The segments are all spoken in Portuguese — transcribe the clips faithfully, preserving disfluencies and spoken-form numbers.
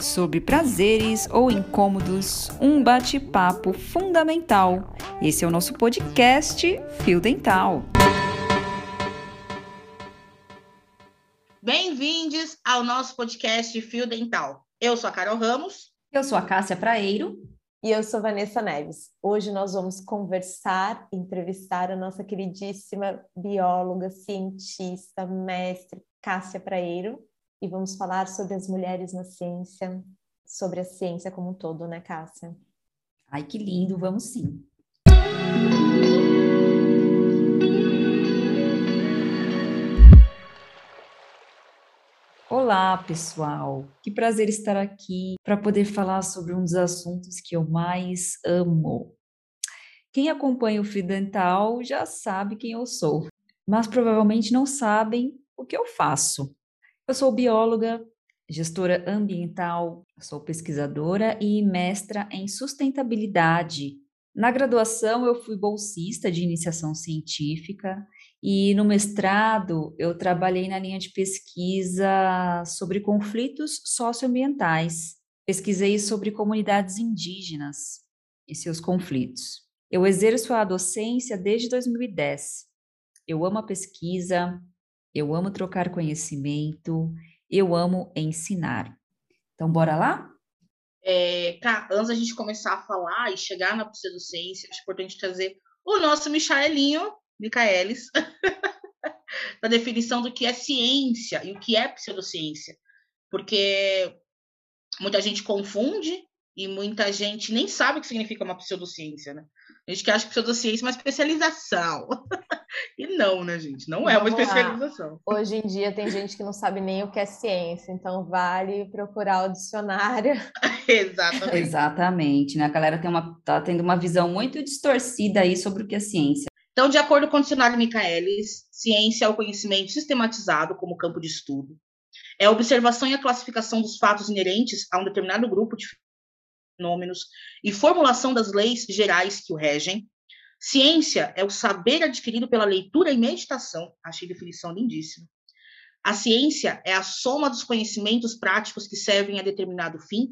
Sobre prazeres ou incômodos, um bate-papo fundamental. Esse é o nosso podcast Fio Dental. Bem-vindos ao nosso podcast Fio Dental. Eu sou a Carol Ramos. Eu sou a Cássia Praeiro. E eu sou Vanessa Neves. Hoje nós vamos conversar, entrevistar a nossa queridíssima bióloga, cientista, mestre Cássia Praeiro. E vamos falar sobre as mulheres na ciência, sobre a ciência como um todo, né, Cássia? Ai, que lindo, vamos sim. Olá, pessoal. Que prazer estar aqui para poder falar sobre um dos assuntos que eu mais amo. Quem acompanha o Fio Dental já sabe quem eu sou, mas provavelmente não sabem o que eu faço. Eu sou bióloga, gestora ambiental, sou pesquisadora e mestra em sustentabilidade. Na graduação, eu fui bolsista de iniciação científica e no mestrado eu trabalhei na linha de pesquisa sobre conflitos socioambientais. Pesquisei sobre comunidades indígenas e seus conflitos. Eu exerço a docência desde dois mil e dez. Eu amo a pesquisa, eu amo trocar conhecimento, eu amo ensinar. Então, bora lá? É, tá, antes da gente começar a falar e chegar na pseudociência, acho importante trazer o nosso Michaelinho, Michaelis, da definição do que é ciência e o que é pseudociência. Porque muita gente confunde e muita gente nem sabe o que significa uma pseudociência, né? A gente que acha que pseudociência é uma especialização. E não, né, gente? Não é uma Vamos lá. especialização. Hoje em dia tem gente que não sabe nem o que é ciência, então vale procurar o dicionário. Exatamente. Exatamente, né? A galera tem uma, tá tendo uma visão muito distorcida aí sobre o que é ciência. Então, de acordo com o dicionário Michaelis, ciência é o conhecimento sistematizado como campo de estudo. É a observação e a classificação dos fatos inerentes a um determinado grupo de fenômenos e formulação das leis gerais que o regem. Ciência é o saber adquirido pela leitura e meditação. Achei a definição lindíssima. A ciência é a soma dos conhecimentos práticos que servem a determinado fim.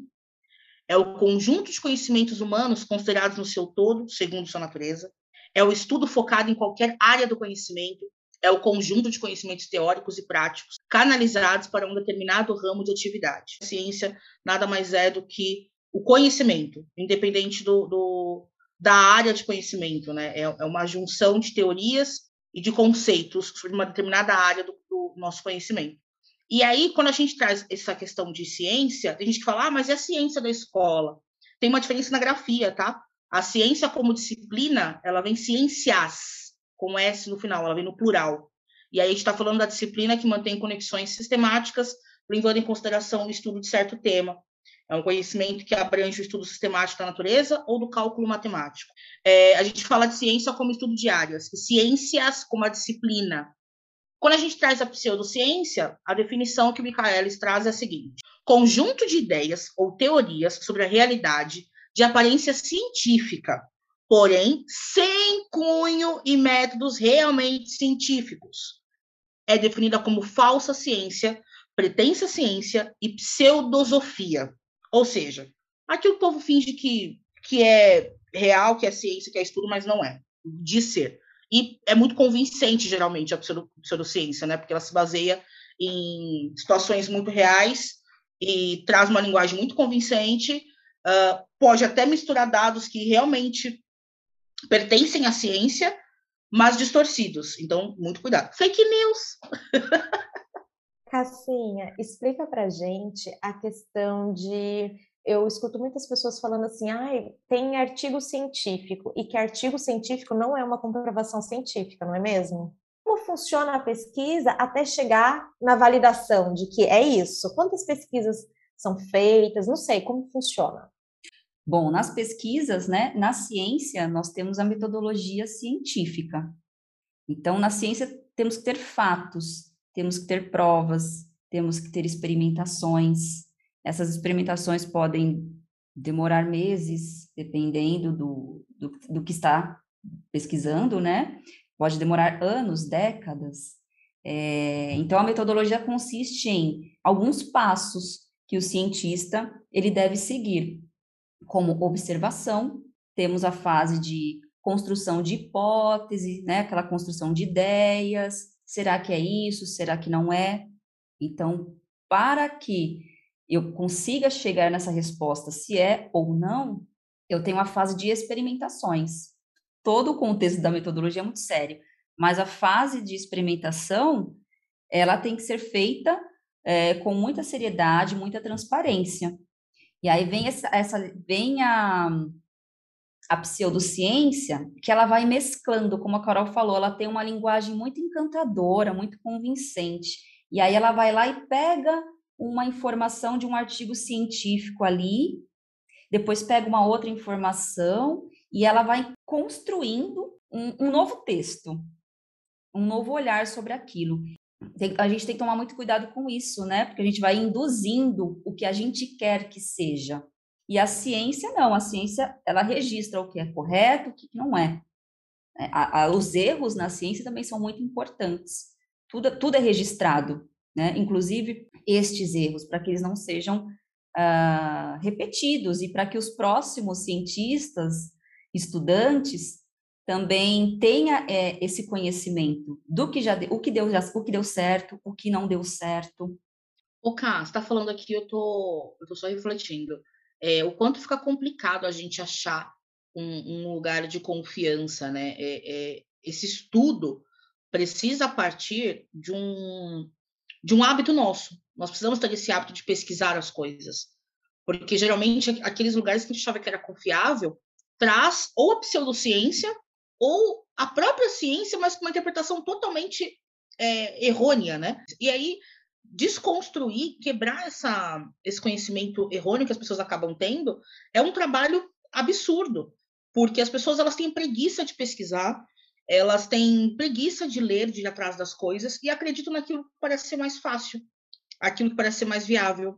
É o conjunto de conhecimentos humanos considerados no seu todo, segundo sua natureza. É o estudo focado em qualquer área do conhecimento. É o conjunto de conhecimentos teóricos e práticos canalizados para um determinado ramo de atividade. A ciência nada mais é do que o conhecimento, independente do, do, da área de conhecimento, né? É, é uma junção de teorias e de conceitos sobre uma determinada área do, do nosso conhecimento. E aí, quando a gente traz essa questão de ciência, tem gente que fala, ah, mas é a ciência da escola. Tem uma diferença na grafia, tá? A ciência como disciplina, ela vem ciências, com S no final, ela vem no plural. E aí a gente está falando da disciplina que mantém conexões sistemáticas, levando em consideração o estudo de certo tema. É um conhecimento que abrange o estudo sistemático da natureza ou do cálculo matemático. É, a gente fala de ciência como estudo de áreas, e ciências como a disciplina. Quando a gente traz a pseudociência, a definição que o Michaelis traz é a seguinte: conjunto de ideias ou teorias sobre a realidade de aparência científica, porém sem cunho e métodos realmente científicos. É definida como falsa ciência, pretensa ciência e pseudosofia. Ou seja, aqui o povo finge que, que é real, que é ciência, que é estudo, mas não é. Diz ser. E é muito convincente, geralmente, a pseudociência, né? Porque ela se baseia em situações muito reais e traz uma linguagem muito convincente, uh, pode até misturar dados que realmente pertencem à ciência, mas distorcidos. Então, muito cuidado. Fake news! Cassinha, explica pra gente a questão de... Eu escuto muitas pessoas falando assim, ah, tem artigo científico, e que artigo científico não é uma comprovação científica, não é mesmo? Como funciona a pesquisa até chegar na validação de que é isso? Quantas pesquisas são feitas? Não sei, como funciona? Bom, nas pesquisas, né, na ciência, nós temos a metodologia científica. Então, na ciência, temos que ter fatos, temos que ter provas, temos que ter experimentações. Essas experimentações podem demorar meses, dependendo do, do, do que está pesquisando, né? Pode demorar anos, décadas. É, então, a metodologia consiste em alguns passos que o cientista ele deve seguir. Como observação, temos a fase de construção de hipótese, né? Aquela construção de ideias. Será que é isso? Será que não é? Então, para que eu consiga chegar nessa resposta, se é ou não, eu tenho a fase de experimentações. Todo o contexto da metodologia é muito sério, mas a fase de experimentação, ela tem que ser feita é, com muita seriedade, muita transparência. E aí vem, essa, essa, vem a, a pseudociência, que ela vai mesclando, como a Carol falou, ela tem uma linguagem muito encantadora, muito convincente. E aí ela vai lá e pega uma informação de um artigo científico ali, depois pega uma outra informação e ela vai construindo um, um novo texto, um novo olhar sobre aquilo. Tem, a gente tem que tomar muito cuidado com isso, né? Porque a gente vai induzindo o que a gente quer que seja. E a ciência, não. A ciência, ela registra o que é correto, o que não é. A, a, os erros na ciência também são muito importantes. Tudo, tudo é registrado, né? Inclusive estes erros, para que eles não sejam uh, repetidos e para que os próximos cientistas, estudantes, também tenha é, esse conhecimento do que já deu, o que deu, já, o que deu certo, o que não deu certo. O Ká, você está falando aqui, eu tô, eu tô só refletindo. É, o quanto fica complicado a gente achar um, um lugar de confiança, né? É, é, esse estudo precisa partir de um, de um hábito nosso. Nós precisamos ter esse hábito de pesquisar as coisas. Porque, geralmente, aqueles lugares que a gente achava que era confiável traz ou a pseudociência ou a própria ciência, mas com uma interpretação totalmente é, errônea, né? E aí, desconstruir, quebrar essa, esse conhecimento errôneo que as pessoas acabam tendo, é um trabalho absurdo, porque as pessoas elas têm preguiça de pesquisar, elas têm preguiça de ler, de ir atrás das coisas, e acreditam naquilo que parece ser mais fácil, aquilo que parece ser mais viável,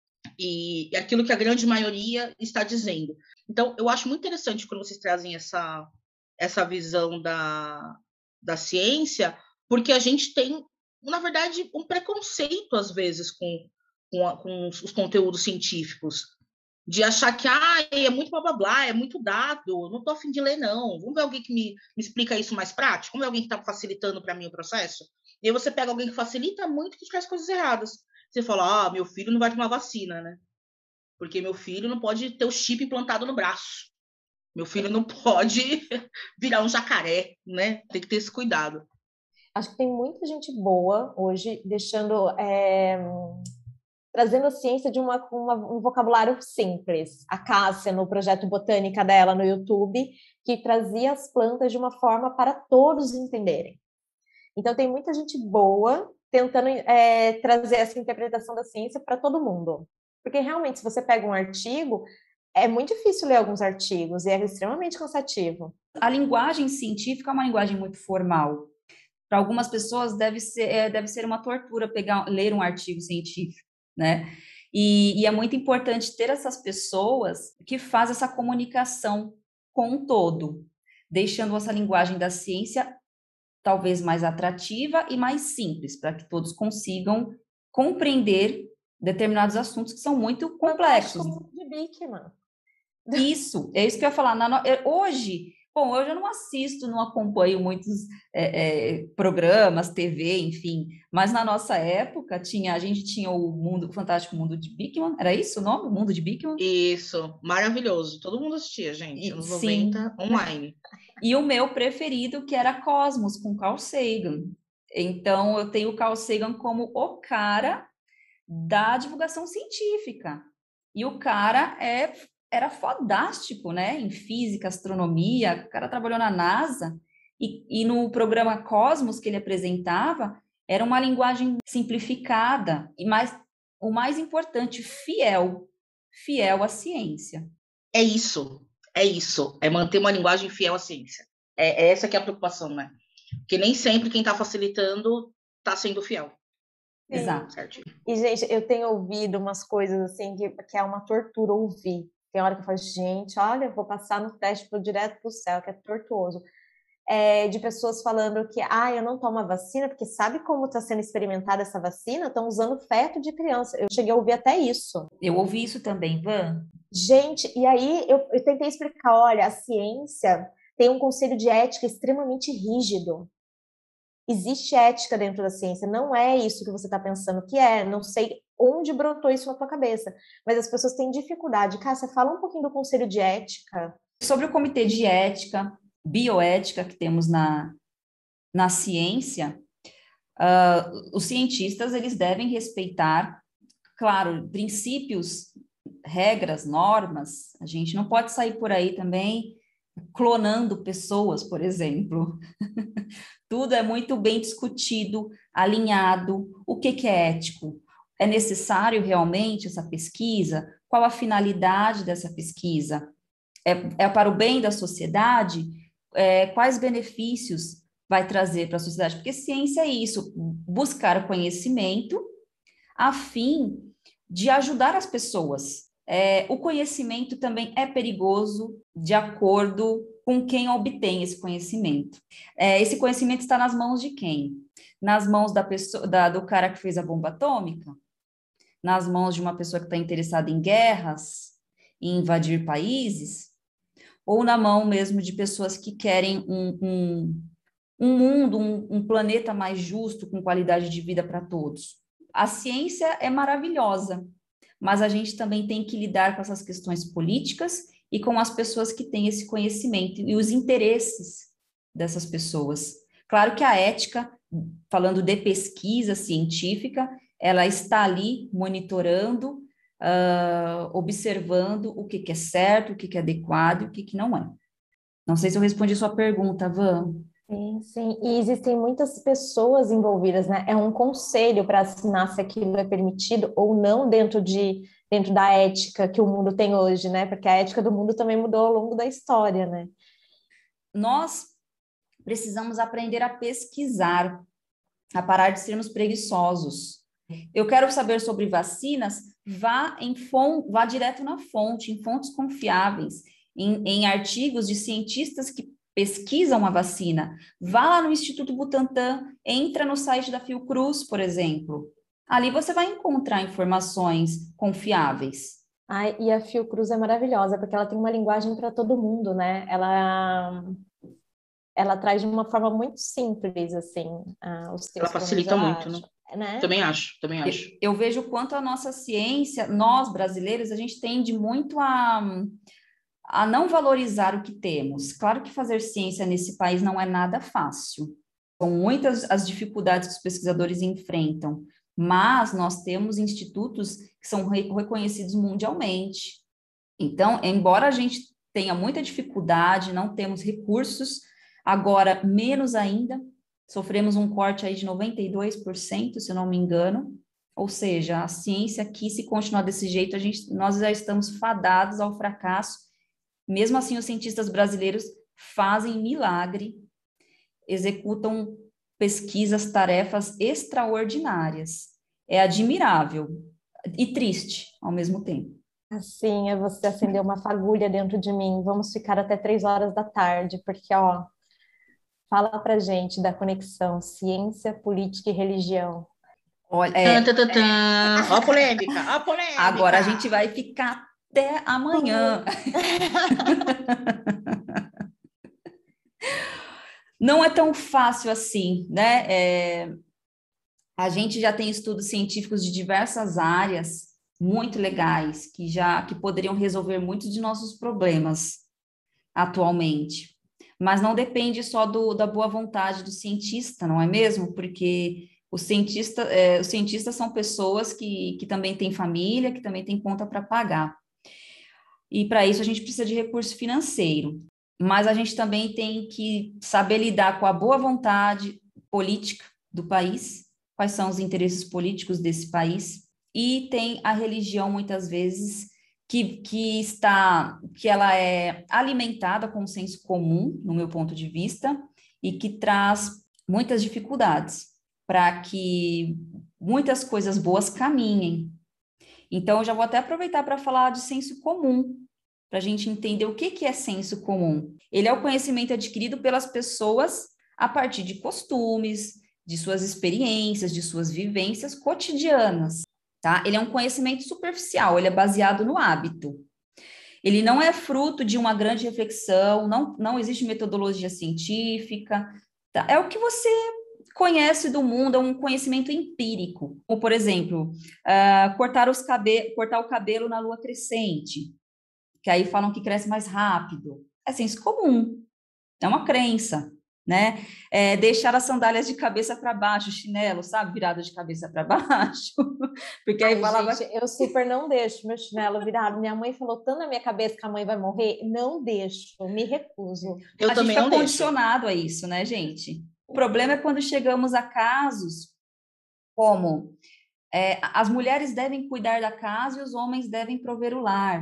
e, e aquilo que a grande maioria está dizendo. Então, eu acho muito interessante quando vocês trazem essa, essa visão da, da ciência, porque a gente tem, na verdade, um preconceito, às vezes, com, com, a, com os, os conteúdos científicos, de achar que ah, é muito blá blá blá, é muito dado, não estou a fim de ler, não. Vamos ver alguém que me, me explica isso mais prático? Vamos ver alguém que está facilitando para mim o processo? E aí você pega alguém que facilita muito e que faz coisas erradas. Você fala, ah, meu filho não vai tomar vacina, né? Porque meu filho não pode ter o chip implantado no braço. Meu filho não pode virar um jacaré, né? Tem que ter esse cuidado. Acho que tem muita gente boa hoje, deixando, é, trazendo a ciência de uma, uma, um vocabulário simples. A Cássia, no projeto Botânica dela no YouTube, que trazia as plantas de uma forma para todos entenderem. Então, tem muita gente boa tentando é, trazer essa interpretação da ciência para todo mundo. Porque, realmente, se você pega um artigo, é muito difícil ler alguns artigos e é extremamente cansativo. A linguagem científica é uma linguagem muito formal. Para algumas pessoas, deve ser, é, deve ser uma tortura pegar, ler um artigo científico, né? E, e é muito importante ter essas pessoas que fazem essa comunicação com o todo, deixando essa linguagem da ciência talvez mais atrativa e mais simples, para que todos consigam compreender determinados assuntos que são muito complexos. Fantástico Mundo de Bikman. Isso, é isso que eu ia falar. Na, hoje, bom, hoje eu não assisto, não acompanho muitos é, é, programas, T V, enfim, mas na nossa época tinha, a gente tinha o mundo, o Fantástico Mundo de Bikman, era isso o nome? O Mundo de Bikman? Isso, maravilhoso. Todo mundo assistia, gente, anos noventa, online. E o meu preferido, que era Cosmos, com Carl Sagan. Então, eu tenho o Carl Sagan como o cara da divulgação científica. E o cara é, era fodástico, né? Em física, astronomia, o cara trabalhou na NASA. E, e no programa Cosmos que ele apresentava, era uma linguagem simplificada e mais, o mais importante, fiel, fiel à ciência. É isso, é isso, é manter uma linguagem fiel à ciência. É, é essa que é a preocupação, né? Porque nem sempre quem está facilitando está sendo fiel. Sim. Exato. Certo. E, gente, eu tenho ouvido umas coisas assim que, que é uma tortura ouvir. Tem hora que eu falo, gente, olha, eu vou passar no teste pro direto pro céu, que é tortuoso. é, de pessoas falando que, ah, eu não tomo a vacina, porque sabe como está sendo experimentada essa vacina? Estão usando feto de criança. Eu cheguei a ouvir até isso. Eu ouvi isso também, Van. Gente, e aí eu, eu tentei explicar, olha, a ciência tem um conselho de ética extremamente rígido. Existe ética dentro da ciência, não é isso que você está pensando que é, não sei onde brotou isso na tua cabeça, mas as pessoas têm dificuldade. Cássia, fala um pouquinho do conselho de ética. Sobre o comitê de ética, bioética que temos na, na ciência, uh, os cientistas, eles devem respeitar, claro, princípios, regras, normas. A gente não pode sair por aí também clonando pessoas, por exemplo. Tudo é muito bem discutido, alinhado. O que, que é ético? É necessário realmente essa pesquisa? Qual a finalidade dessa pesquisa? É, é para o bem da sociedade? É, quais benefícios vai trazer para a sociedade? Porque ciência é isso, buscar conhecimento a fim de ajudar as pessoas. É, o conhecimento também é perigoso de acordo com quem obtém esse conhecimento. É, esse conhecimento está nas mãos de quem? Nas mãos da pessoa, da, do cara que fez a bomba atômica? Nas mãos de uma pessoa que está interessada em guerras, em invadir países? Ou na mão mesmo de pessoas que querem um, um, um mundo, um, um planeta mais justo, com qualidade de vida para todos? A ciência é maravilhosa, mas a gente também tem que lidar com essas questões políticas e com as pessoas que têm esse conhecimento e os interesses dessas pessoas. Claro que a ética, falando de pesquisa científica, ela está ali monitorando, uh, observando o que, que é certo, o que, que é adequado e o que, que não é. Não sei se eu respondi sua pergunta, Van. Sim, sim. E existem muitas pessoas envolvidas, né? É um conselho para assinar se aquilo é permitido ou não dentro de dentro da ética que o mundo tem hoje, né? Porque a ética do mundo também mudou ao longo da história, né? Nós precisamos aprender a pesquisar, a parar de sermos preguiçosos. Eu quero saber sobre vacinas, vá, em fon- vá direto na fonte, em fontes confiáveis, em, em artigos de cientistas que pesquisam a vacina. Vá lá no Instituto Butantan, entra no site da Fiocruz, por exemplo. Ali você vai encontrar informações confiáveis. Ai, e a Fiocruz é maravilhosa, porque ela tem uma linguagem para todo mundo, né? Ela, ela traz de uma forma muito simples, assim, uh, os Ela textos, facilita muito, acho, né? né? Também acho, também acho. Eu, eu vejo o quanto a nossa ciência, nós brasileiros, a gente tende muito a, a não valorizar o que temos. Claro que fazer ciência nesse país não é nada fácil. São muitas as dificuldades que os pesquisadores enfrentam, mas nós temos institutos que são re- reconhecidos mundialmente. Então, embora a gente tenha muita dificuldade, não temos recursos, agora menos ainda, sofremos um corte aí de noventa e dois por cento, se eu não me engano, ou seja, a ciência aqui, se continuar desse jeito, a gente, nós já estamos fadados ao fracasso. Mesmo assim, os cientistas brasileiros fazem milagre, executam pesquisas, tarefas extraordinárias. É admirável e triste ao mesmo tempo. Assim, é você acendeu uma fagulha dentro de mim. Vamos ficar até três horas da tarde, porque, ó, fala pra gente da conexão ciência, política e religião. Olha, Tan, é, tan, tan, tan. Ó a polêmica, ó a polêmica. agora a gente vai ficar até amanhã. Não é tão fácil assim, né? É, a gente já tem estudos científicos de diversas áreas muito legais que já que poderiam resolver muitos de nossos problemas atualmente. Mas não depende só do, da boa vontade do cientista, não é mesmo? Porque os cientista, é, os cientistas são pessoas que, que também têm família, que também têm conta para pagar. E para isso a gente precisa de recurso financeiro. Mas a gente também tem que saber lidar com a boa vontade política do país, quais são os interesses políticos desse país, e tem a religião, muitas vezes, que, que está, que ela é alimentada com o senso comum, no meu ponto de vista, e que traz muitas dificuldades para que muitas coisas boas caminhem. Então, eu já vou até aproveitar para falar de senso comum. para a gente entender o que, que é senso comum. Ele é o conhecimento adquirido pelas pessoas a partir de costumes, de suas experiências, de suas vivências cotidianas, tá? Ele é um conhecimento superficial, ele é baseado no hábito. Ele não é fruto de uma grande reflexão, não, não existe metodologia científica, tá? É o que você conhece do mundo, é um conhecimento empírico. Como, por exemplo, uh, cortar, os cabe- cortar o cabelo na lua crescente, que aí falam que cresce mais rápido. É senso comum, é uma crença, né? É, deixar as sandálias de cabeça para baixo, chinelo, sabe? Virado de cabeça para baixo. Porque aí Ai, falava... gente, eu super não deixo meu chinelo virado. Minha mãe falou tanto na minha cabeça que a mãe vai morrer. Não deixo, me recuso. Eu a também gente não fica deixo. condicionado a isso, né, gente? O problema é quando chegamos a casos como é, as mulheres devem cuidar da casa e os homens devem prover o lar.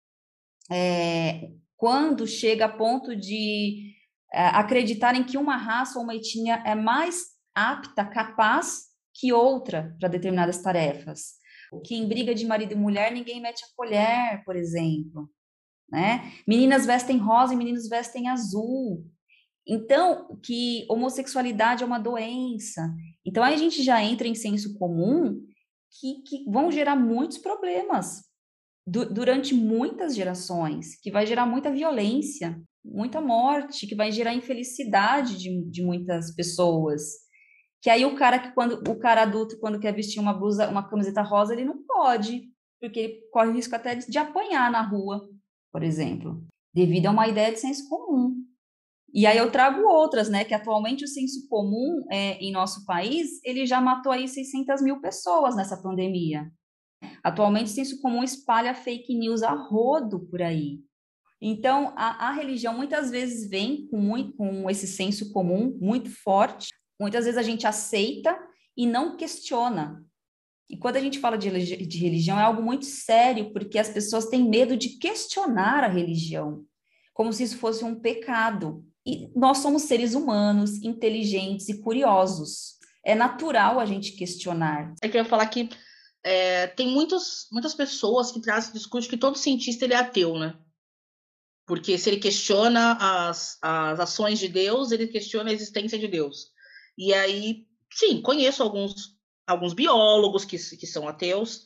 É, quando chega a ponto de é, acreditarem que uma raça ou uma etnia é mais apta, capaz que outra para determinadas tarefas. Que em briga de marido e mulher ninguém mete a colher, por exemplo. Né? Meninas vestem rosa e meninos vestem azul. Então, que homossexualidade é uma doença. Então, aí a gente já entra em senso comum que, que vão gerar muitos problemas du durante muitas gerações, que vai gerar muita violência, muita morte, que vai gerar infelicidade de, de muitas pessoas. Que aí o cara que quando o cara adulto, quando quer vestir uma blusa, uma camiseta rosa, ele não pode, porque ele corre o risco até de, de apanhar na rua, por exemplo, devido a uma ideia de senso comum. E aí eu trago outras, né, que atualmente o senso comum é, em nosso país, ele já matou aí seiscentas mil pessoas nessa pandemia. Atualmente o senso comum espalha fake news a rodo por aí. Então, a, a religião muitas vezes vem com, muito, com esse senso comum muito forte, muitas vezes a gente aceita e não questiona. E quando a gente fala de, de religião é algo muito sério, porque as pessoas têm medo de questionar a religião, como se isso fosse um pecado. E nós somos seres humanos, inteligentes e curiosos. É natural a gente questionar. É que eu ia falar que é, tem muitos, muitas pessoas que trazem o discurso que todo cientista ele é ateu, né? Porque se ele questiona as, as ações de Deus, ele questiona a existência de Deus. E aí, sim, conheço alguns, alguns biólogos que, que são ateus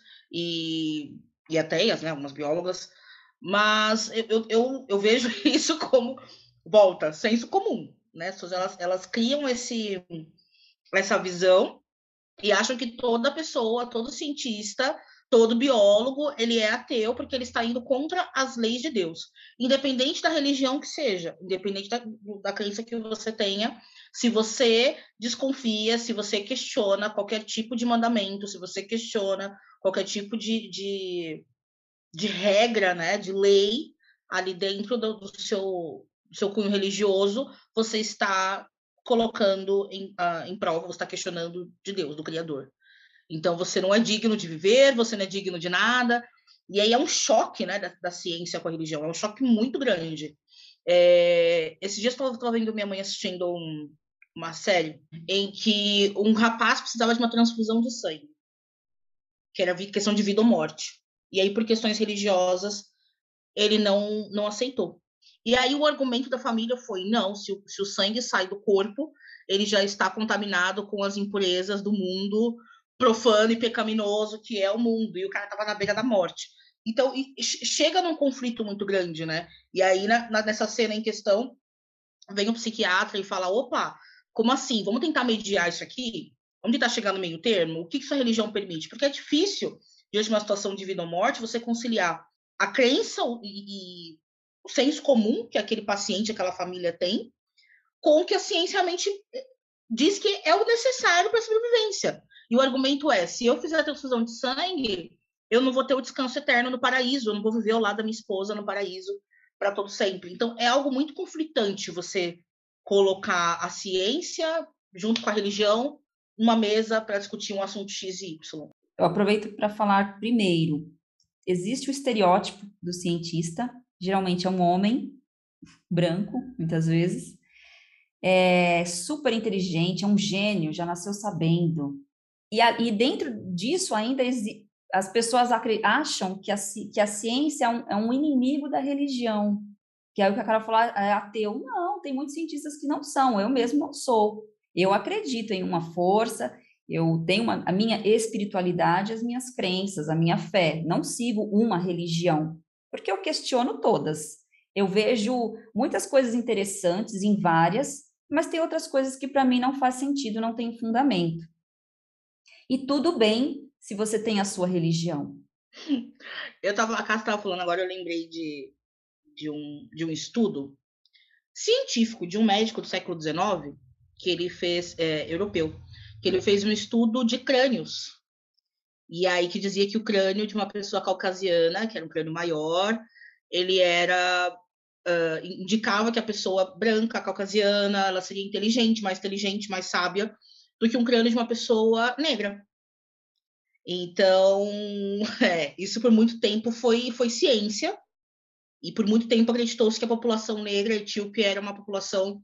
e, e ateias, né? Algumas biólogas, mas eu, eu, eu vejo isso como, volta, senso comum, né? Elas, elas criam esse, essa visão e acham que toda pessoa, todo cientista, todo biólogo, ele é ateu porque ele está indo contra as leis de Deus. Independente da religião que seja, independente da, da crença que você tenha, se você desconfia, se você questiona qualquer tipo de mandamento, se você questiona qualquer tipo de, de, de regra, né, de lei ali dentro do, do, seu, do seu cunho religioso, você está colocando em, uh, em prova, você está questionando de Deus, do Criador. Então, você não é digno de viver, você não é digno de nada. E aí é um choque, né, da, da ciência com a religião, é um choque muito grande. É, esses dias eu estava vendo minha mãe assistindo um, uma série em que um rapaz precisava de uma transfusão de sangue, que era questão de vida ou morte. E aí, por questões religiosas, ele não, não aceitou. E aí o argumento da família foi, não, se o, se o sangue sai do corpo, ele já está contaminado com as impurezas do mundo profano e pecaminoso que é o mundo, e o cara estava na beira da morte. Então, e, chega num conflito muito grande, né? E aí, na, na, nessa cena em questão, vem um psiquiatra e fala, opa, como assim? Vamos tentar mediar isso aqui? Vamos tentar chegar no meio termo? O que, que sua religião permite? Porque é difícil, diante de uma situação de vida ou morte, você conciliar a crença e, e o senso comum que aquele paciente, aquela família tem, com o que a ciência realmente diz que é o necessário para a sobrevivência. E o argumento é, se eu fizer a transfusão de sangue, eu não vou ter o descanso eterno no paraíso, eu não vou viver ao lado da minha esposa no paraíso para todo sempre. Então, é algo muito conflitante você colocar a ciência junto com a religião numa mesa para discutir um assunto X e Y. Eu aproveito para falar primeiro, existe o estereótipo do cientista, geralmente é um homem branco, muitas vezes, é super inteligente, é um gênio, já nasceu sabendo. E, a, e dentro disso ainda existe, as pessoas acham que a, que a ciência é um, é um inimigo da religião, que é o que a Carol falou, é ateu. Não, tem muitos cientistas que não são, eu mesmo não sou. Eu acredito em uma força, eu tenho uma, a minha espiritualidade, as minhas crenças, a minha fé. Não sigo uma religião, porque eu questiono todas. Eu vejo muitas coisas interessantes em várias, mas tem outras coisas que para mim não faz sentido, não tem fundamento. E tudo bem se você tem a sua religião. Eu tava, a Cássia estava falando agora, eu lembrei de, de, um, de um estudo científico de um médico do século dezenove, que ele fez, é, europeu, que ele fez um estudo de crânios. E aí que dizia que o crânio de uma pessoa caucasiana, que era um crânio maior, ele era... Uh, indicava que a pessoa branca, caucasiana, ela seria inteligente, mais inteligente, mais sábia do que um crânio de uma pessoa negra. Então, é, isso por muito tempo foi, foi ciência, e por muito tempo acreditou-se que a população negra etíope era uma população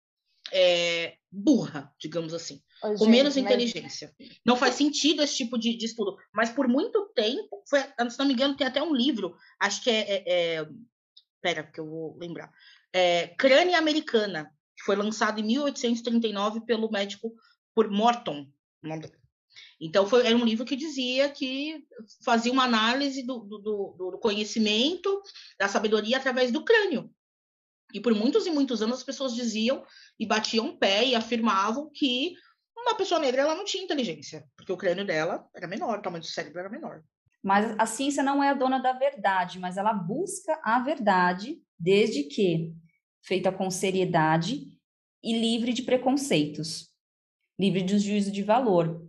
é, burra, digamos assim, Ô, com gente, menos inteligência. Mas... Não faz sentido esse tipo de, de estudo, mas por muito tempo, foi, se não me engano, tem até um livro, acho que é... é, é Pera, que eu vou lembrar. É, Crânia Americana, que foi lançado em mil oitocentos e trinta e nove pelo médico por Morton. Então, foi, era um livro que dizia que fazia uma análise do, do, do conhecimento, da sabedoria através do crânio. E por muitos e muitos anos as pessoas diziam e batiam o pé e afirmavam que uma pessoa negra ela não tinha inteligência, porque o crânio dela era menor, o tamanho do cérebro era menor. Mas a ciência não é a dona da verdade, mas ela busca a verdade, desde que feita com seriedade e livre de preconceitos, livre de juízo de valor.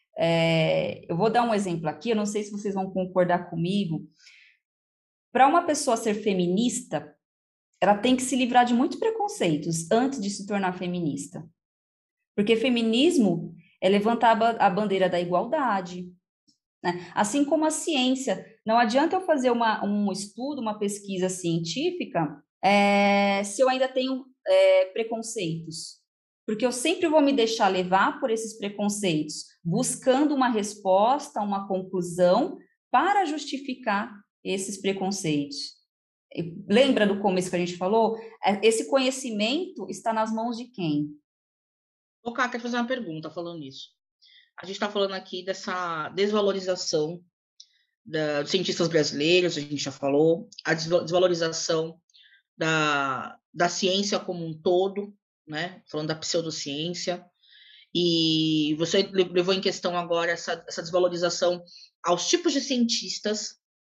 É, eu vou dar um exemplo aqui, eu não sei se vocês vão concordar comigo. Para uma pessoa ser feminista, ela tem que se livrar de muitos preconceitos antes de se tornar feminista. Porque feminismo é levantar a bandeira da igualdade, né? Assim como a ciência, não adianta eu fazer uma, um estudo, uma pesquisa científica, é, se eu ainda tenho é, preconceitos, porque eu sempre vou me deixar levar por esses preconceitos, buscando uma resposta, uma conclusão para justificar esses preconceitos. Lembra do começo que a gente falou? Esse conhecimento está nas mãos de quem? Ô, Cá, quero fazer uma pergunta falando nisso. A gente está falando aqui dessa desvalorização da, dos cientistas brasileiros, a gente já falou, a desvalorização da, da ciência como um todo, né? Falando da pseudociência, e você levou em questão agora essa, essa desvalorização aos tipos de cientistas.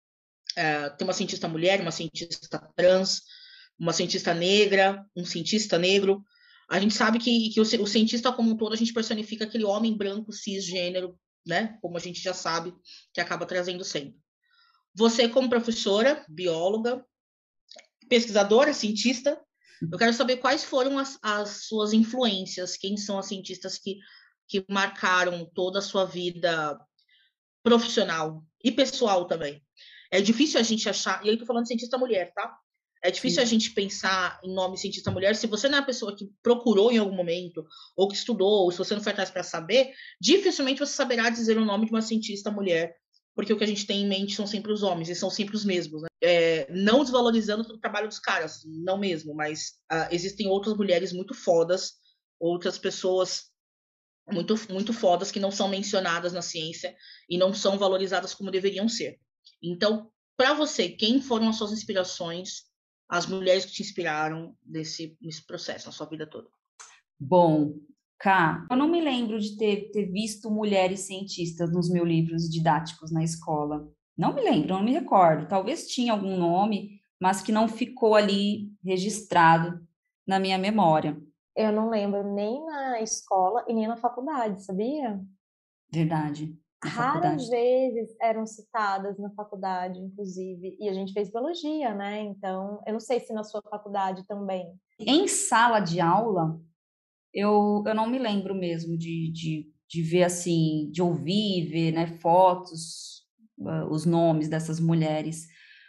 É, tem uma cientista mulher, uma cientista trans, uma cientista negra, um cientista negro. A gente sabe que, que o, o cientista como um todo, a gente personifica aquele homem branco, cisgênero, né? Como a gente já sabe, que acaba trazendo sempre. Você, como professora, bióloga, pesquisadora, cientista, eu quero saber quais foram as, as suas influências, quem são as cientistas que, que marcaram toda a sua vida profissional e pessoal também. É difícil a gente achar, e aí tô falando de cientista mulher, tá? É difícil Sim. a gente pensar em nome cientista mulher se você não é a pessoa que procurou em algum momento, ou que estudou, ou se você não foi atrás para saber, dificilmente você saberá dizer o nome de uma cientista mulher, porque o que a gente tem em mente são sempre os homens, e são sempre os mesmos, né? É, não desvalorizando o trabalho dos caras, não mesmo, mas uh, existem outras mulheres muito fodas, outras pessoas muito, muito fodas que não são mencionadas na ciência e não são valorizadas como deveriam ser. Então, para você, quem foram as suas inspirações, as mulheres que te inspiraram nesse, nesse processo, na sua vida toda? Bom, Cá, eu não me lembro de ter, ter visto mulheres cientistas nos meus livros didáticos na escola. Não me lembro, não me recordo. Talvez tinha algum nome, mas que não ficou ali registrado na minha memória. Eu não lembro nem na escola e nem na faculdade, sabia? Verdade. Raras vezes eram citadas na faculdade, inclusive, e a gente fez biologia, né? Então, eu não sei se na sua faculdade também. Em sala de aula, eu, eu não me lembro mesmo de, de, de ver assim, de ouvir, ver, né, fotos, uh, os nomes dessas mulheres.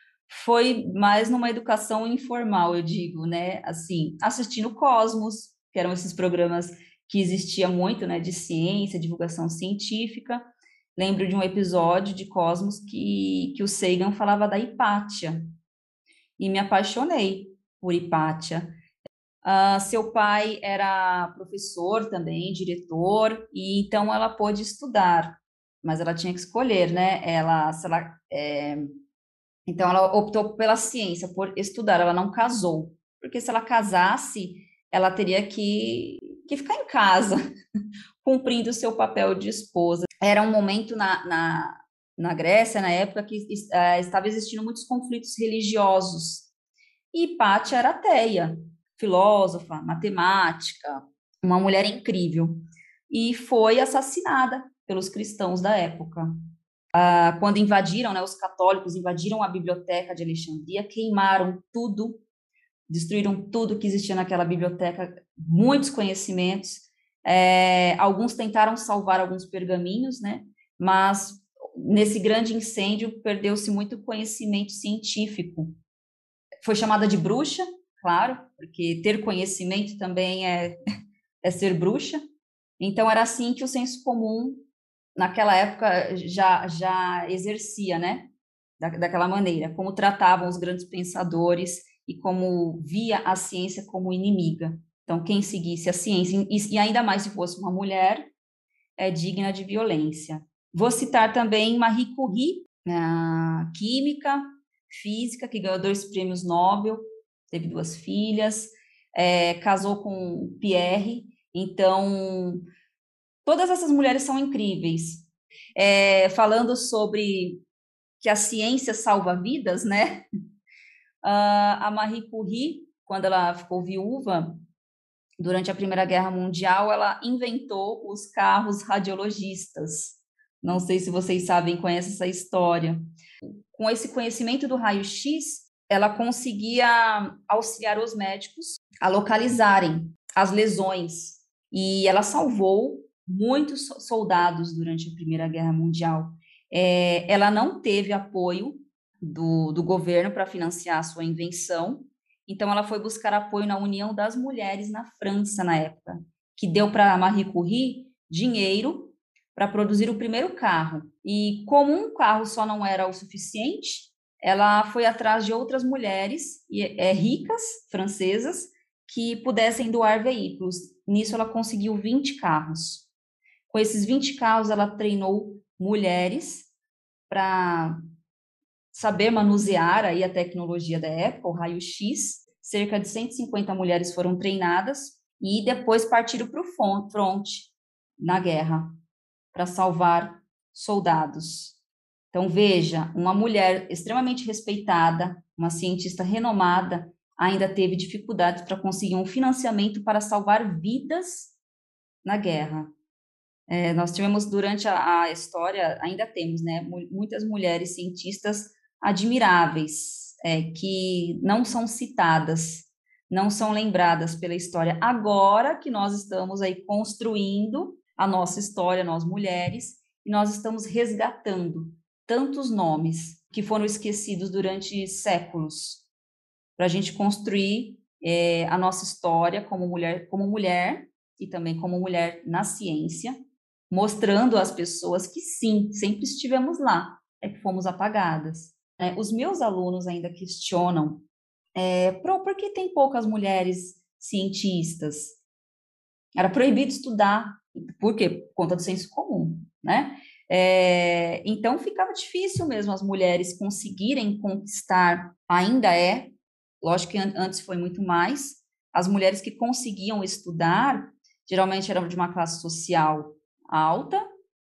Foi mais numa educação informal, eu digo, né? Assim, assistindo Cosmos, que eram esses programas que existia muito, né, de ciência, divulgação científica. lembro de um episódio de Cosmos que, que o Sagan falava da Hipátia, e me apaixonei por Hipátia. Uh, seu pai era professor também, diretor, e então ela pôde estudar, mas ela tinha que escolher, né? Ela, se ela, é... Então ela optou pela ciência, por estudar, ela não casou, porque se ela casasse, ela teria que, que ficar em casa, cumprindo o seu papel de esposa. Era um momento na, na, na Grécia, na época, que uh, estava existindo muitos conflitos religiosos, e Hipátia era ateia, filósofa, matemática, uma mulher incrível, e foi assassinada pelos cristãos da época. Ah, quando invadiram, né, os católicos invadiram a biblioteca de Alexandria, queimaram tudo, destruíram tudo que existia naquela biblioteca, muitos conhecimentos. É, alguns tentaram salvar alguns pergaminhos, né, mas nesse grande incêndio perdeu-se muito conhecimento científico. Foi chamada de bruxa, claro, porque ter conhecimento também é, é ser bruxa. Então, era assim que o senso comum, naquela época, já, já exercia, né? Da, daquela maneira, como tratavam os grandes pensadores e como via a ciência como inimiga. Então, quem seguisse a ciência, e, e ainda mais se fosse uma mulher, é digna de violência. Vou citar também Marie Curie, a química, física, que ganhou dois prêmios Nobel, teve duas filhas, é, casou com Pierre. Então, todas essas mulheres são incríveis. É, falando sobre que a ciência salva vidas, né? Uh, a Marie Curie, quando ela ficou viúva, durante a Primeira Guerra Mundial, ela inventou os carros radiologistas. Não sei se vocês sabem, conhecem essa história. Com esse conhecimento do raio-x, ela conseguia auxiliar os médicos a localizarem as lesões. E ela salvou muitos soldados durante a Primeira Guerra Mundial. É, ela não teve apoio do, do governo para financiar a sua invenção, então ela foi buscar apoio na União das Mulheres na França, na época, que deu para Marie Curie dinheiro para produzir o primeiro carro. E como um carro só não era o suficiente, ela foi atrás de outras mulheres é, ricas, francesas, que pudessem doar veículos. Nisso ela conseguiu vinte carros. Com esses vinte carros, ela treinou mulheres para saber manusear aí a tecnologia da época, o raio-x. Cerca de cento e cinquenta mulheres foram treinadas e depois partiram para o front na guerra para salvar soldados. Então, veja, uma mulher extremamente respeitada, uma cientista renomada, ainda teve dificuldades para conseguir um financiamento para salvar vidas na guerra. É, nós tivemos, durante a, a história, ainda temos, né, muitas mulheres cientistas admiráveis, é, que não são citadas, não são lembradas pela história. Agora que nós estamos aí construindo a nossa história, nós mulheres, e nós estamos resgatando tantos nomes que foram esquecidos durante séculos, para a gente construir é, a nossa história como mulher, como mulher e também como mulher na ciência, mostrando às pessoas que sim, sempre estivemos lá, é que fomos apagadas. É, os meus alunos ainda questionam é, por que tem poucas mulheres cientistas? Era proibido estudar, por quê? Por conta do senso comum, né? É, então ficava difícil mesmo as mulheres conseguirem conquistar, ainda é, lógico que antes foi muito mais, as mulheres que conseguiam estudar, geralmente eram de uma classe social alta,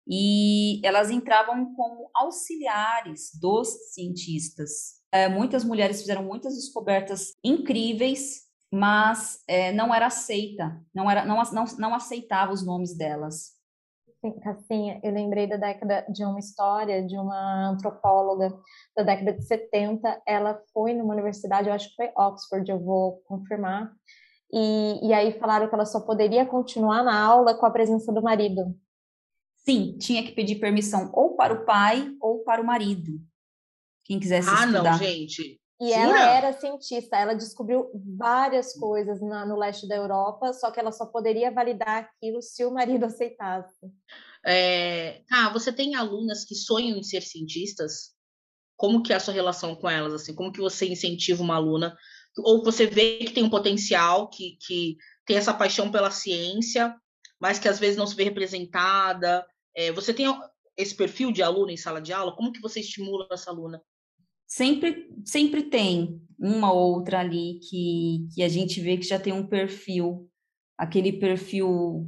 e elas entravam como auxiliares dos cientistas. É, muitas mulheres fizeram muitas descobertas incríveis, mas é, não era aceita, não, era, não, não, não aceitava os nomes delas. Sim, Cassinha, eu lembrei da década de uma história de uma antropóloga da década de setenta. Ela foi numa universidade, eu acho que foi Oxford, eu vou confirmar, e, e aí falaram que ela só poderia continuar na aula com a presença do marido. Sim, tinha que pedir permissão ou para o pai ou para o marido, quem quisesse ah, estudar. Ah, não, gente. E Jura? ela era cientista, ela descobriu várias coisas na, no leste da Europa, só que ela só poderia validar aquilo se o marido aceitasse. É, ah, você tem alunas que sonham em ser cientistas? Como que é a sua relação com elas? Assim, como que você incentiva uma aluna? Ou você vê que tem um potencial, que, que tem essa paixão pela ciência, mas que às vezes não se vê representada? É, você tem esse perfil de aluna em sala de aula? Como que você estimula essa aluna? Sempre, sempre tem uma ou outra ali que, que a gente vê que já tem um perfil, aquele perfil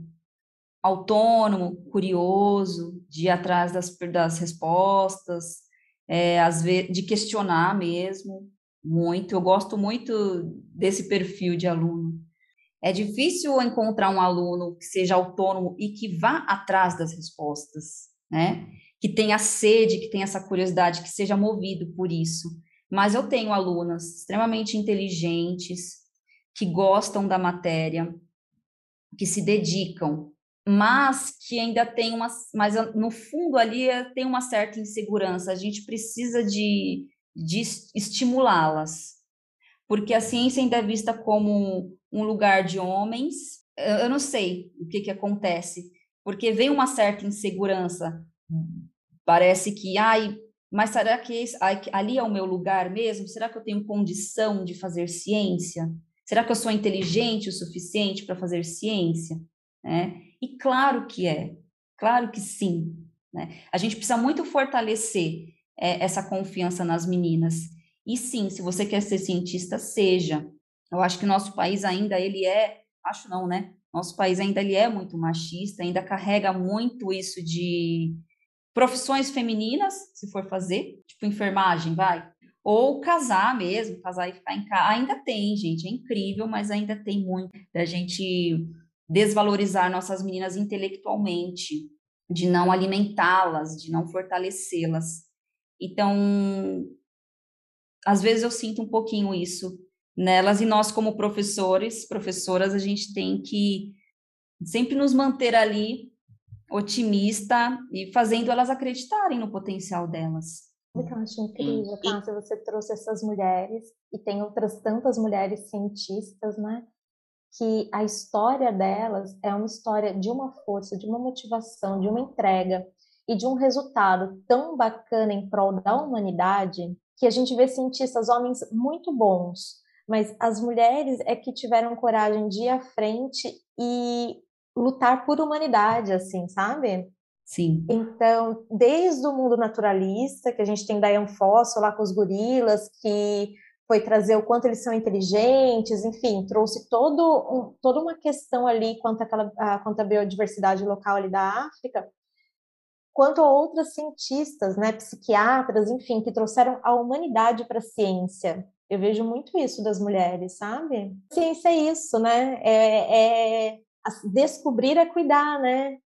autônomo, curioso, de ir atrás das, das respostas, é, às vezes, de questionar mesmo, muito. Eu gosto muito desse perfil de aluno. É difícil encontrar um aluno que seja autônomo e que vá atrás das respostas, né? Que tenha sede, que tenha essa curiosidade, que seja movido por isso. Mas eu tenho alunas extremamente inteligentes, que gostam da matéria, que se dedicam, mas que ainda tem uma, mas no fundo ali tem uma certa insegurança. A gente precisa de, de estimulá-las, porque a ciência ainda é vista como um lugar de homens. Eu não sei o que que acontece, porque vem uma certa insegurança. Parece que, ai, mas será que esse, ai, ali é o meu lugar mesmo? Será que eu tenho condição de fazer ciência? Será que eu sou inteligente o suficiente para fazer ciência? Né? E claro que é, claro que sim. Né? A gente precisa muito fortalecer é, essa confiança nas meninas. E sim, se você quer ser cientista, seja. Eu acho que o nosso país ainda ele é, acho não, né? Nosso país ainda ele é muito machista, ainda carrega muito isso de profissões femininas, se for fazer, tipo enfermagem, vai. Ou casar mesmo, casar e ficar em casa. Ainda tem, gente, é incrível, mas ainda tem muito da gente desvalorizar nossas meninas intelectualmente, de não alimentá-las, de não fortalecê-las. Então, às vezes eu sinto um pouquinho isso nelas, e nós, como professores, professoras, a gente tem que sempre nos manter ali otimista e fazendo elas acreditarem no potencial delas. O que eu acho incrível, Cássia, você trouxe essas mulheres, e tem outras tantas mulheres cientistas, né? Que a história delas é uma história de uma força, de uma motivação, de uma entrega e de um resultado tão bacana em prol da humanidade, que a gente vê cientistas, homens muito bons, mas as mulheres é que tiveram coragem de ir à frente e lutar por humanidade, assim, sabe? Sim. Então, desde o mundo naturalista, que a gente tem Dian Fossey lá com os gorilas, que foi trazer o quanto eles são inteligentes, enfim, trouxe todo um, toda uma questão ali quanto, àquela, a, quanto à biodiversidade local ali da África, quanto a outras cientistas, né, psiquiatras, enfim, que trouxeram a humanidade para a ciência. Eu vejo muito isso das mulheres, sabe? Ciência é isso, né? É, é descobrir é cuidar, né?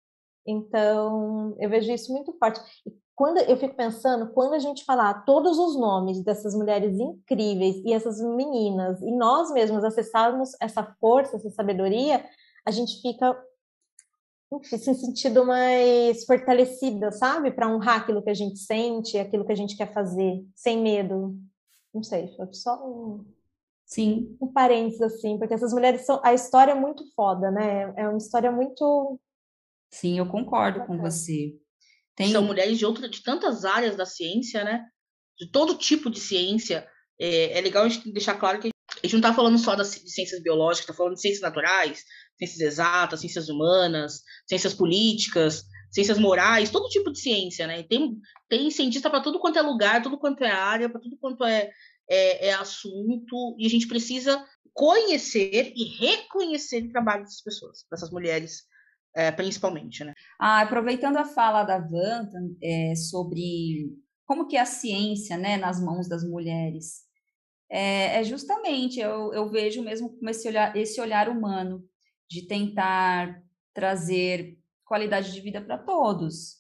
Então, eu vejo isso muito forte. E quando eu fico pensando, quando a gente falar todos os nomes dessas mulheres incríveis e essas meninas, e nós mesmos acessarmos essa força, essa sabedoria, a gente fica enfim, se sentindo mais fortalecida, sabe? Para honrar aquilo que a gente sente, aquilo que a gente quer fazer, sem medo. Não sei, foi só um, Sim. um parênteses assim, porque essas mulheres são. A história é muito foda, né? É uma história muito. Sim, eu concordo com você. Tem... São mulheres de, outra, de tantas áreas da ciência, né? De todo tipo de ciência. É, é legal a gente deixar claro que a gente não está falando só das, de ciências biológicas, está falando de ciências naturais, ciências exatas, ciências humanas, ciências políticas, ciências morais, todo tipo de ciência, né? Tem, tem cientista para tudo quanto é lugar, tudo quanto é área, para tudo quanto é, é, é assunto, e a gente precisa conhecer e reconhecer o trabalho dessas pessoas, dessas mulheres, é, principalmente, né? Ah, aproveitando a fala da Wanda é, sobre como que é a ciência, né, nas mãos das mulheres, é, é justamente, eu, eu vejo mesmo como esse olhar, esse olhar humano de tentar trazer qualidade de vida para todos.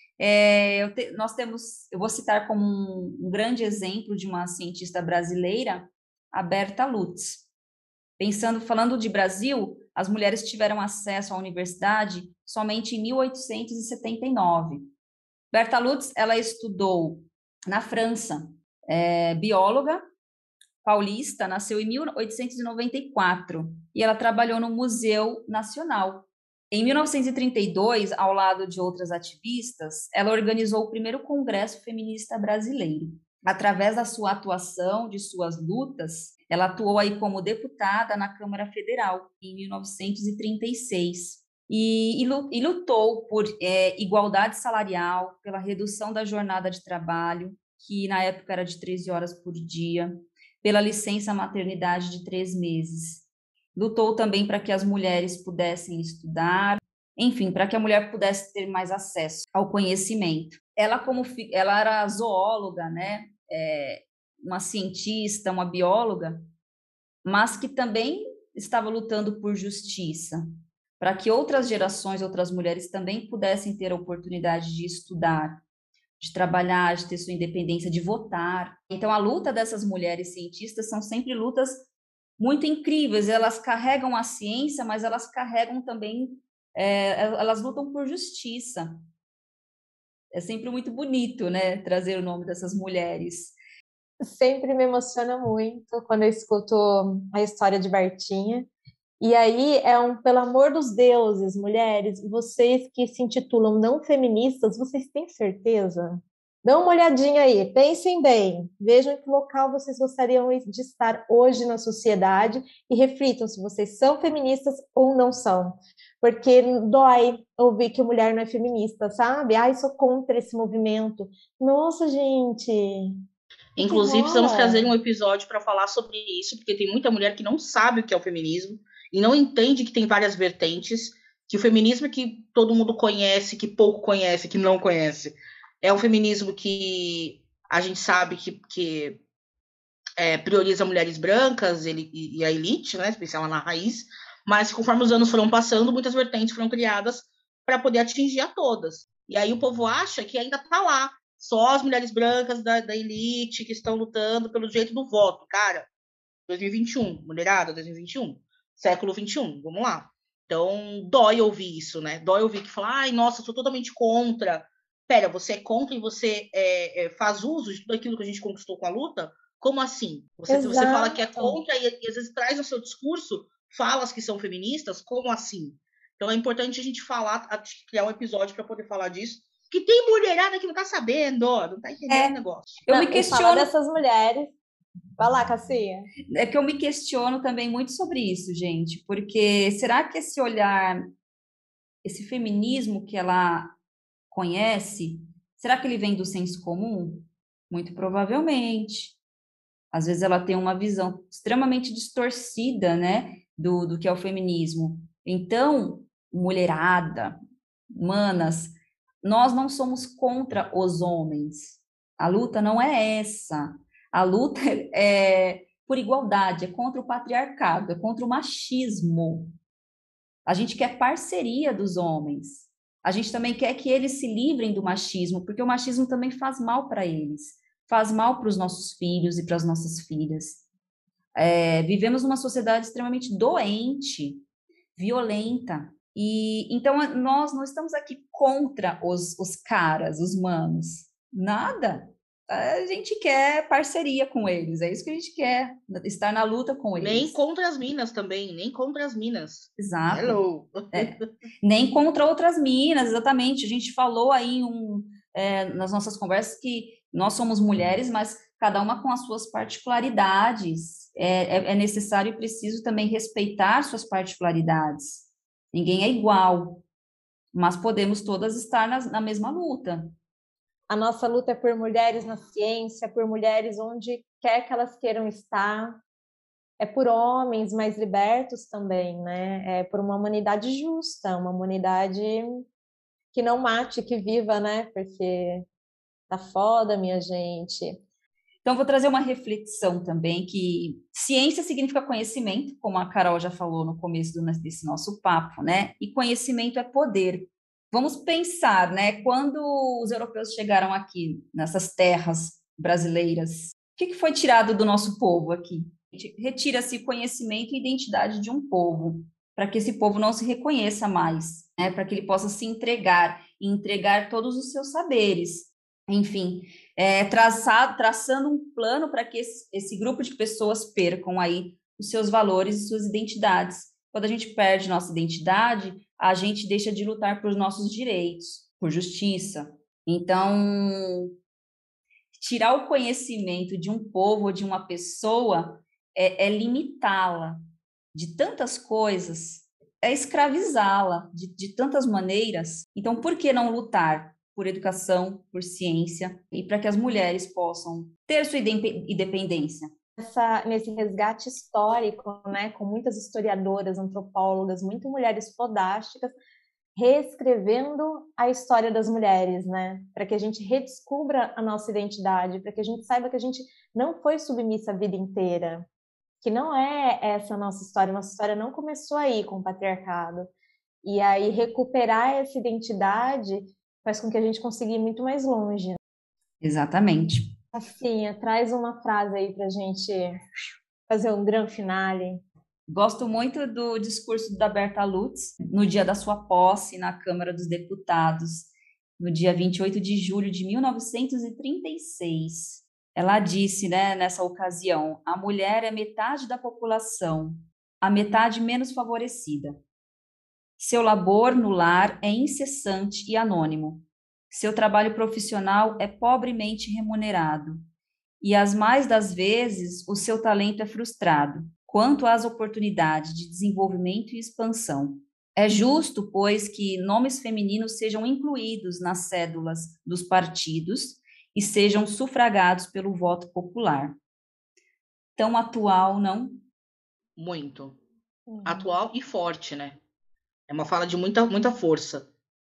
É, eu te, nós temos, eu vou citar como um, um grande exemplo de uma cientista brasileira, a Berta Lutz. Pensando, falando de Brasil, as mulheres tiveram acesso à universidade somente em mil oitocentos e setenta e nove. Berta Lutz, ela estudou na França, é, bióloga paulista, nasceu em mil oitocentos e noventa e quatro e ela trabalhou no Museu Nacional. Em mil novecentos e trinta e dois, ao lado de outras ativistas, ela organizou o primeiro Congresso Feminista Brasileiro. Através da sua atuação, de suas lutas, ela atuou aí como deputada na Câmara Federal em mil novecentos e trinta e seis e, e, e lutou por é, igualdade salarial, pela redução da jornada de trabalho, que na época era de treze horas por dia, pela licença maternidade de três meses. Lutou também para que as mulheres pudessem estudar, enfim, para que a mulher pudesse ter mais acesso ao conhecimento. Ela, como ela era zoóloga, né? É, uma cientista, uma bióloga, mas que também estava lutando por justiça, para que outras gerações, outras mulheres também pudessem ter a oportunidade de estudar, de trabalhar, de ter sua independência, de votar. Então, a luta dessas mulheres cientistas são sempre lutas muito incríveis. Elas carregam a ciência, mas elas carregam também, é, elas lutam por justiça. É sempre muito bonito, né, trazer o nome dessas mulheres. Sempre me emociona muito quando eu escuto a história de Bertinha. E aí é um, pelo amor dos deuses, mulheres, vocês que se intitulam não feministas, vocês têm certeza? Dão uma olhadinha aí, pensem bem, vejam em que local vocês gostariam de estar hoje na sociedade e reflitam se vocês são feministas ou não são. Porque dói ouvir que a mulher não é feminista, sabe? Ai, sou contra esse movimento. Nossa, gente... Inclusive, precisamos fazer um episódio para falar sobre isso, porque tem muita mulher que não sabe o que é o feminismo e não entende que tem várias vertentes, que o feminismo que todo mundo conhece, que pouco conhece, que não conhece, é um feminismo que a gente sabe que, que é, prioriza mulheres brancas ele, e a elite, né, especial na raiz, mas conforme os anos foram passando, muitas vertentes foram criadas para poder atingir a todas. E aí o povo acha que ainda está lá, só as mulheres brancas da, da elite que estão lutando pelo direito do voto. Cara, dois mil e vinte e um, mulherada, dois mil e vinte e um, século vinte e um, vamos lá. Então, dói ouvir isso, né? Dói ouvir que fala, ai, nossa, eu sou totalmente contra. Pera, você é contra e você é, é, faz uso de tudo aquilo que a gente conquistou com a luta? Como assim? Você, você fala que é contra e, e às vezes traz no seu discurso falas que são feministas? Como assim? Então, é importante a gente falar, a criar um episódio para poder falar disso, que tem mulherada que não tá sabendo, ó, não tá entendendo é, o negócio. Eu não, me questiono falar dessas mulheres. Vai lá, Cassia. É que eu me questiono também muito sobre isso, gente, porque será que esse olhar, esse feminismo que ela conhece, será que ele vem do senso comum? Muito provavelmente. Às vezes ela tem uma visão extremamente distorcida, né, do, do que é o feminismo. Então, mulherada, manas, nós não somos contra os homens. A luta não é essa. A luta é por igualdade, é contra o patriarcado, é contra o machismo. A gente quer parceria dos homens. A gente também quer que eles se livrem do machismo, porque o machismo também faz mal para eles, faz mal para os nossos filhos e para as nossas filhas. É, vivemos numa sociedade extremamente doente, violenta. E então nós não estamos aqui contra os, os caras, os manos. Nada. A gente quer parceria com eles, é isso que a gente quer, estar na luta com eles. Nem contra as minas também, nem contra as minas. Exato. Hello. É, nem contra outras minas, exatamente. A gente falou aí um, é, nas nossas conversas que nós somos mulheres, mas cada uma com as suas particularidades. É, é, é necessário e preciso também respeitar suas particularidades. Ninguém é igual, mas podemos todas estar na, na mesma luta. A nossa luta é por mulheres na ciência, por mulheres onde quer que elas queiram estar, é por homens mais libertos também, né? É por uma humanidade justa, uma humanidade que não mate, que viva, né? Porque tá foda, minha gente. Então, vou trazer uma reflexão também, que ciência significa conhecimento, como a Carol já falou no começo do, desse nosso papo, né? E conhecimento é poder. Vamos pensar, né? Quando os europeus chegaram aqui, nessas terras brasileiras, o que foi tirado do nosso povo aqui? Retira-se conhecimento e identidade de um povo, para que esse povo não se reconheça mais, né? Para que ele possa se entregar e entregar todos os seus saberes. Enfim, é, traçar, traçando um plano para que esse, esse grupo de pessoas percam aí os seus valores e suas identidades. quando a gente perde nossa identidade, a gente deixa de lutar por nossos direitos, por justiça. Então, tirar o conhecimento de um povo ou de uma pessoa é, é limitá-la de tantas coisas, é escravizá-la de, de tantas maneiras. Então, por que não lutar por educação, por ciência, e para que as mulheres possam ter sua independência? Essa, nesse resgate histórico, né, com muitas historiadoras, antropólogas, muitas mulheres fodásticas, reescrevendo a história das mulheres, né, para que a gente redescubra a nossa identidade, para que a gente saiba que a gente não foi submissa a vida inteira, que não é essa a nossa história, nossa história não começou aí com o patriarcado. E aí recuperar essa identidade faz com que a gente consiga ir muito mais longe. Exatamente. Assim, traz uma frase aí para a gente fazer um grande finale. Gosto muito do discurso da Berta Lutz, no dia da sua posse na Câmara dos Deputados, no dia vinte e oito de julho de mil novecentos e trinta e seis. Ela disse, né, nessa ocasião, a mulher é metade da população, a metade menos favorecida. Seu labor no lar é incessante e anônimo. Seu trabalho profissional é pobremente remunerado. E, as mais das vezes, o seu talento é frustrado, quanto às oportunidades de desenvolvimento e expansão. É justo, pois, que nomes femininos sejam incluídos nas cédulas dos partidos e sejam sufragados pelo voto popular. Tão atual, não? Muito. Uhum. Atual e forte, né? É uma fala de muita, muita força.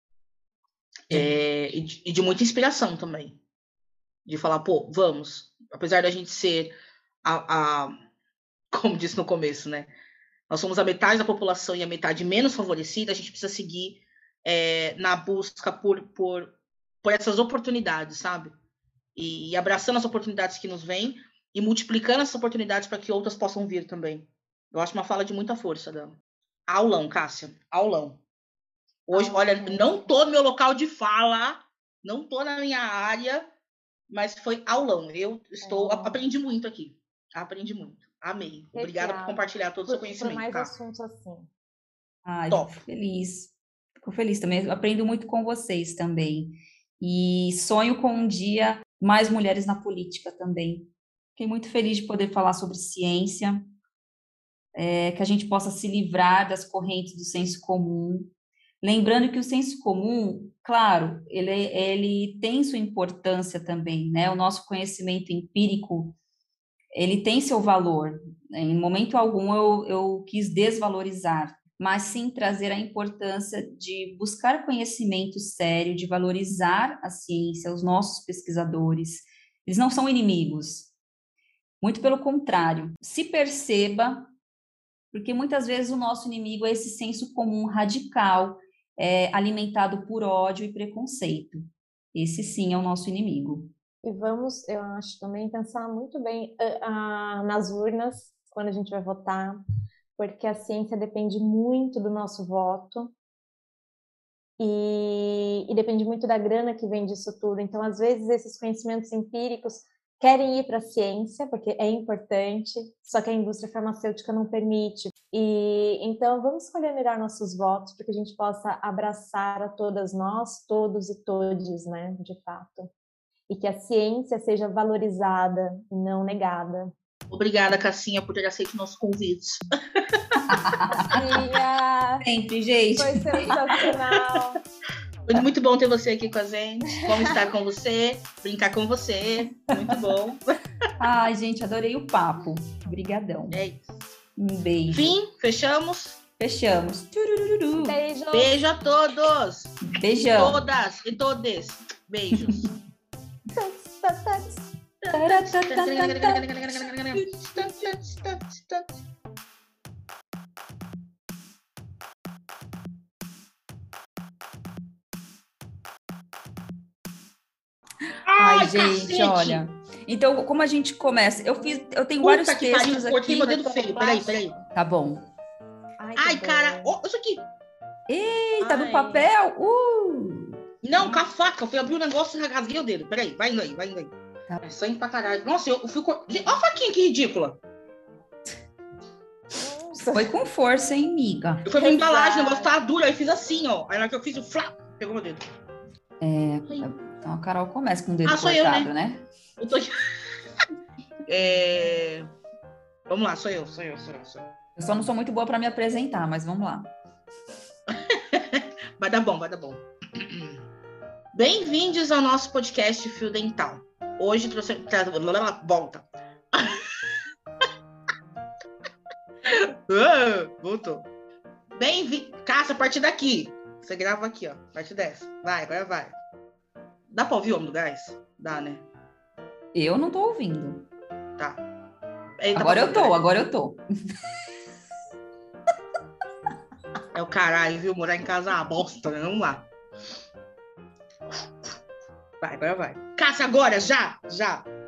É, e, de, e de muita inspiração também. De falar, pô, vamos. Apesar da gente ser, a, a, como disse no começo, né? Nós somos a metade da população e a metade menos favorecida, a gente precisa seguir é, na busca por, por, por essas oportunidades, sabe? E, e abraçando as oportunidades que nos vêm e multiplicando essas oportunidades para que outras possam vir também. Eu acho uma fala de muita força dela. Aulão, Cássia. Aulão. Hoje, ah, olha, não tô no meu local de fala, não tô na minha área, mas foi aulão. Eu estou, é. aprendi muito aqui. Aprendi muito. Amei. Obrigada por compartilhar todo o seu conhecimento. Por mais tá? assuntos assim. Ai, Top. Fico feliz. Fico feliz também. Eu aprendo muito com vocês também. E sonho com um dia mais mulheres na política também. Fiquei muito feliz de poder falar sobre ciência, é, que a gente possa se livrar das correntes do senso comum. Lembrando que o senso comum, claro, ele, ele tem sua importância também, né? O nosso conhecimento empírico, ele tem seu valor. Em momento algum eu, eu quis desvalorizar, mas sim trazer a importância de buscar conhecimento sério, de valorizar a ciência, os nossos pesquisadores. Eles não são inimigos. Muito pelo contrário. Se perceba, porque muitas vezes o nosso inimigo é esse senso comum radical, É, alimentado por ódio e preconceito. Esse sim é o nosso inimigo. E vamos, eu acho também, pensar muito bem uh, uh, nas urnas, quando a gente vai votar, porque a ciência depende muito do nosso voto e, e depende muito da grana que vem disso tudo. Então, às vezes, esses conhecimentos empíricos querem ir para a ciência, porque é importante, só que a indústria farmacêutica não permite. E então vamos escolher melhor nossos votos para que a gente possa abraçar a todas nós, todos e todes, né, de fato. E que a ciência seja valorizada e não negada. Obrigada, Cassinha, por ter aceito o nosso convite. Cassinha! Sempre, gente. Foi sensacional. Foi muito bom ter você aqui com a gente. Vamos estar com você, brincar com você. Muito bom. Ai, gente, adorei o papo. Obrigadão. É isso. Um beijo. Fim, fechamos? Fechamos. Beijo. Beijo a todos. Beijão. E todas e todes. Beijos. Ai, Ai gente, cacete. Olha. Então, como a gente começa? Eu fiz, eu tenho Puta vários que textos pariu, aqui. Cortei meu dedo feio. Peraí, peraí. Tá bom. Ai, Ai cara, oh, isso aqui. Eita, no papel. Uh! Não, com a faca. Eu fui abrir o negócio e rasguei o dedo. Peraí, vai indo aí, vai indo aí. Tá. É sangue pra caralho. Nossa, eu, eu fui. Olha a faquinha que ridícula. Foi com força, hein, miga? Foi uma embalagem, o negócio tava duro, aí fiz assim, ó. Aí na hora que eu fiz, o flap, pegou meu dedo. É, então a Carol começa com o dedo Ah, sou cortado, eu, né? né? Eu tô... é... Vamos lá, sou eu, sou eu, sou eu, sou eu. Eu só não sou muito boa para me apresentar, mas vamos lá. Vai dar bom, vai dar bom. Bem-vindos ao nosso podcast Fio Dental. Hoje trouxe... Volta. Voltou. Bem-vindo. Caça, a partir daqui. Você grava aqui, ó. A partir dessa. Vai, agora vai. Dá pra ouvir o Homem do Gás? Dá, né? Eu não tô ouvindo. Tá. Eita, agora eu tô, né? agora eu tô. É o caralho, viu? Morar em casa é uma bosta, né? Vamos lá. Vai, agora vai. Caça agora, já, já.